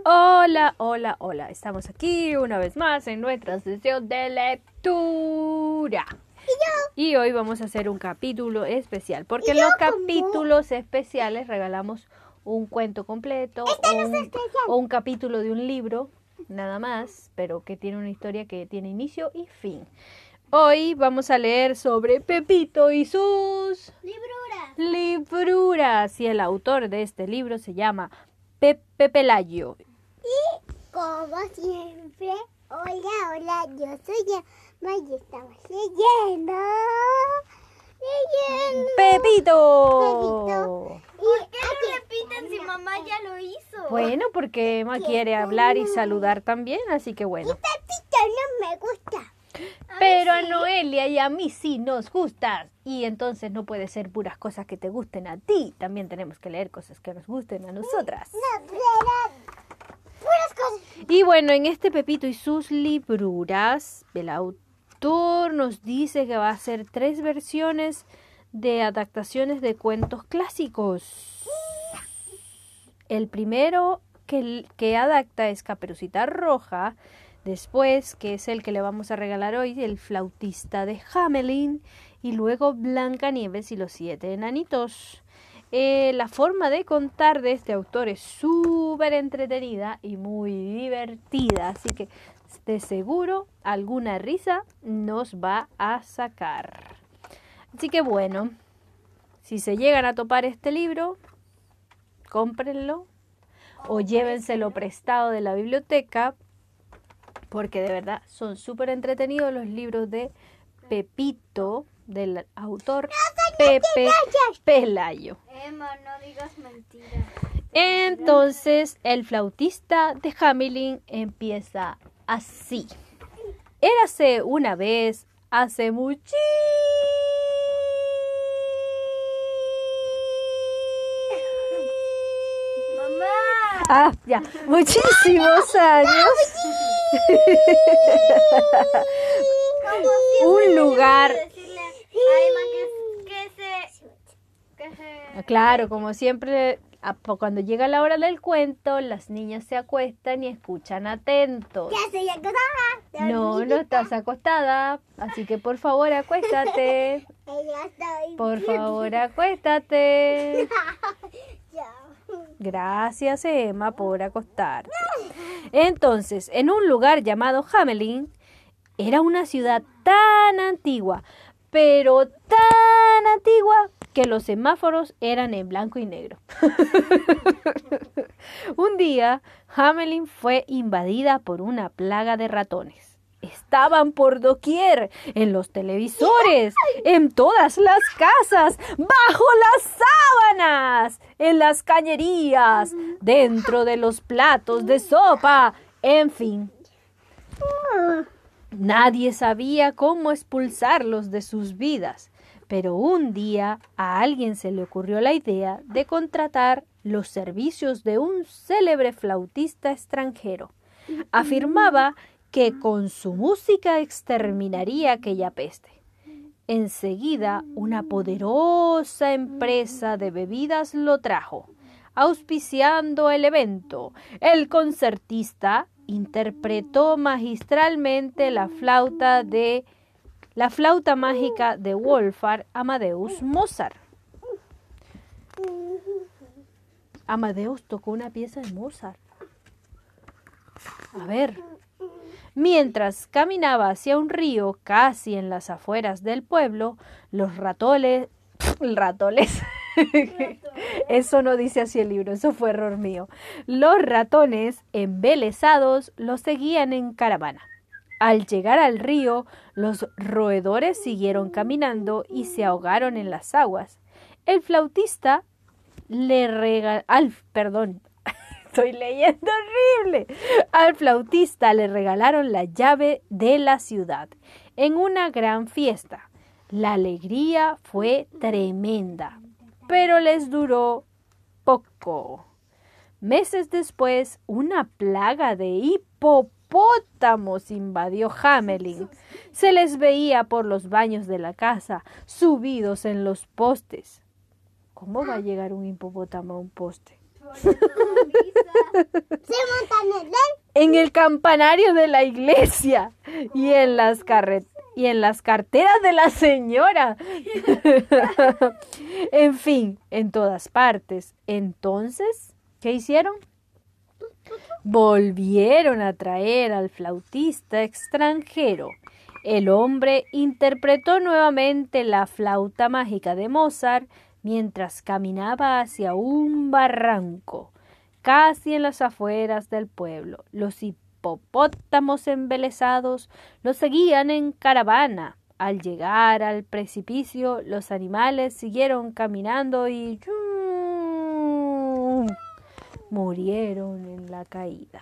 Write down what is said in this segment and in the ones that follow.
Hola, hola, hola. Estamos aquí una vez más en nuestra sesión de lectura. Y hoy vamos a hacer un capítulo especial, porque en los capítulos especiales regalamos un cuento completo o un capítulo de un libro, nada más, pero que tiene una historia que tiene inicio y fin. Hoy vamos a leer sobre Pepito y sus libruras. Y el autor de este libro se llama Pepe Pelayo. Y como siempre, hola, yo soy Emma y estamos leyendo. ¡Pepito! ¿Por qué no repiten si mamá ya lo hizo? Bueno, porque Emma quiere hablar y saludar también, así que bueno. Y Pepito no me gusta. Pero a Noelia y a mí sí nos gusta. Y entonces no puede ser puras cosas que te gusten a ti. También tenemos que leer cosas que nos gusten a nosotras. No, puras cosas. Y bueno, en este Pepito y sus libruras, el autor nos dice que va a hacer 3 versiones de adaptaciones de cuentos clásicos. El primero que adapta es Caperucita Roja. Después, que es el que le vamos a regalar hoy, El flautista de Hamelin. Y luego Blancanieves y los 7 enanitos. La forma de contar de este autor es súper entretenida y muy divertida. Así que de seguro alguna risa nos va a sacar. Así que bueno, si se llegan a topar este libro, cómprenlo o llévenselo prestado de la biblioteca. Porque de verdad son súper entretenidos los libros de Pepito, del autor Pepe Pelayo. Emma, no digas mentiras. Entonces, el flautista de Hamelin empieza así. Érase una vez, hace muchísimos años. Un lugar. Claro, como siempre, cuando llega la hora del cuento, las niñas se acuestan y escuchan atentos. Ya estoy acostada. No estás acostada, así que por favor acuéstate. Por favor acuéstate. Gracias, Emma, por acostarte. Entonces, en un lugar llamado Hamelin, era una ciudad tan antigua, pero tan antigua, que los semáforos eran en blanco y negro. Un día, Hamelin fue invadida por una plaga de ratones. Estaban por doquier, en los televisores, en todas las casas, bajo las sábanas, en las cañerías, dentro de los platos de sopa, en fin. Nadie sabía cómo expulsarlos de sus vidas, pero un día a alguien se le ocurrió la idea de contratar los servicios de un célebre flautista extranjero. Afirmaba que con su música exterminaría aquella peste. Enseguida, una poderosa empresa de bebidas lo trajo. Auspiciando el evento, el concertista interpretó magistralmente la flauta mágica de Wolfgang Amadeus Mozart. Amadeus tocó una pieza de Mozart. A ver. Mientras caminaba hacia un río casi en las afueras del pueblo, los ratones... Eso no dice así el libro, eso fue error mío. Los ratones, embelesados, los seguían en caravana. Al llegar al río, los roedores siguieron caminando y se ahogaron en las aguas. El flautista le regaló... Estoy leyendo horrible. Al flautista le regalaron la llave de la ciudad en una gran fiesta. La alegría fue tremenda, pero les duró poco. Meses después, una plaga de hipopótamos invadió Hamelin. Se les veía por los baños de la casa, subidos en los postes. ¿Cómo va a llegar un hipopótamo a un poste? Se montan en él. En el campanario de la iglesia y en las carteras de la señora. En fin, en todas partes. Entonces, ¿qué hicieron? Volvieron a traer al flautista extranjero. El hombre interpretó nuevamente la flauta mágica de Mozart mientras caminaba hacia un barranco, casi en las afueras del pueblo. Los hipopótamos embelesados lo seguían en caravana. Al llegar al precipicio, los animales siguieron caminando y murieron en la caída.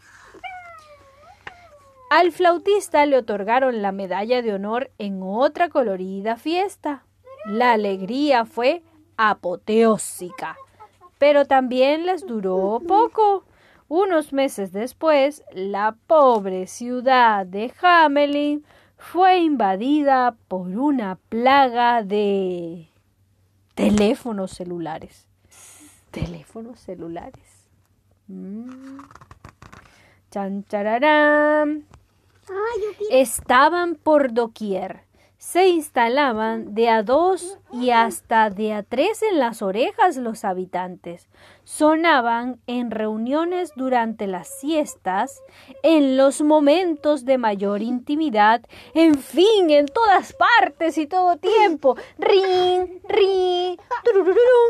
Al flautista le otorgaron la medalla de honor en otra colorida fiesta. La alegría fue apoteósica, pero también les duró poco. Unos meses después, la pobre ciudad de Hamelin fue invadida por una plaga de teléfonos celulares. ¿Teléfonos celulares? Chan, chararán. Estaban por doquier. Se instalaban de a 2 y hasta de a 3 en las orejas los habitantes. Sonaban en reuniones durante las siestas, en los momentos de mayor intimidad, en fin, en todas partes y todo tiempo. Ring, ring, turururum,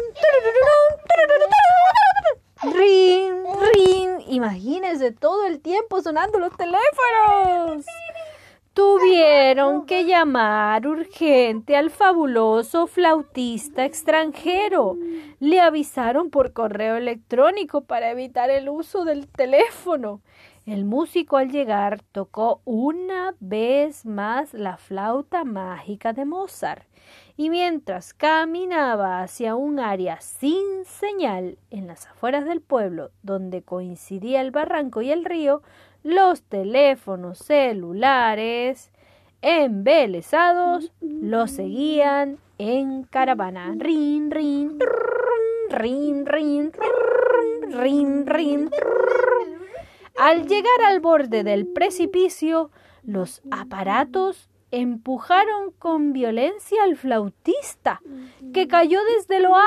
ring, ring. Imagínense todo el tiempo sonando los teléfonos. Tuvieron que llamar urgente al fabuloso flautista extranjero. Le avisaron por correo electrónico para evitar el uso del teléfono. El músico al llegar tocó una vez más la flauta mágica de Mozart. Y mientras caminaba hacia un área sin señal en las afueras del pueblo, donde coincidía el barranco y el río, los teléfonos celulares embelesados lo seguían en caravana. Rin, rin, rin, rin, rin, rin. Al llegar al borde del precipicio, los aparatos empujaron con violencia al flautista, que cayó desde lo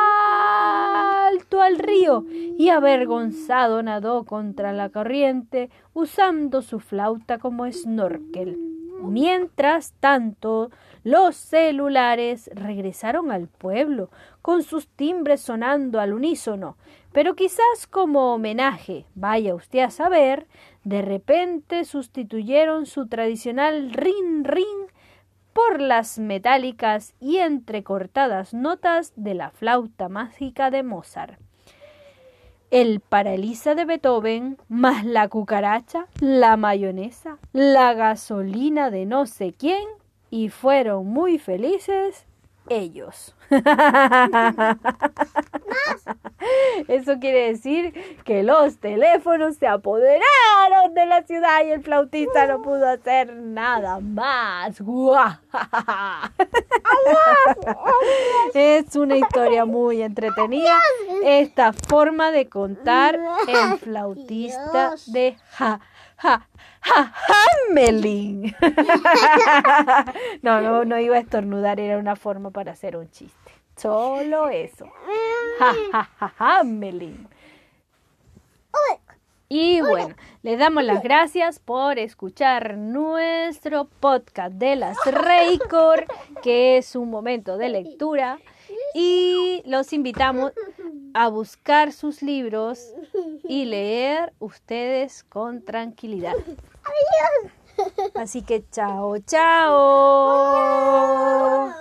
alto al río y avergonzado nadó contra la corriente usando su flauta como snorkel. Mientras tanto, los celulares regresaron al pueblo con sus timbres sonando al unísono, pero quizás como homenaje, vaya usted a saber, de repente sustituyeron su tradicional ring ring por las metálicas y entrecortadas notas de la flauta mágica de Mozart. El Paralisa de Beethoven, más la cucaracha, la mayonesa, la gasolina de no sé quién, y fueron muy felices ellos. Eso quiere decir que los teléfonos se apoderaron de la ciudad y el flautista no pudo hacer nada más. Es una historia muy entretenida esta forma de contar el flautista de Hamelin. No iba a estornudar, era una forma para hacer un chiste. Solo eso. Hamelin. Y bueno, les damos las gracias por escuchar nuestro podcast de las Reicor, que es un momento de lectura, y los invitamos a buscar sus libros y leer ustedes con tranquilidad. Así que chao, chao.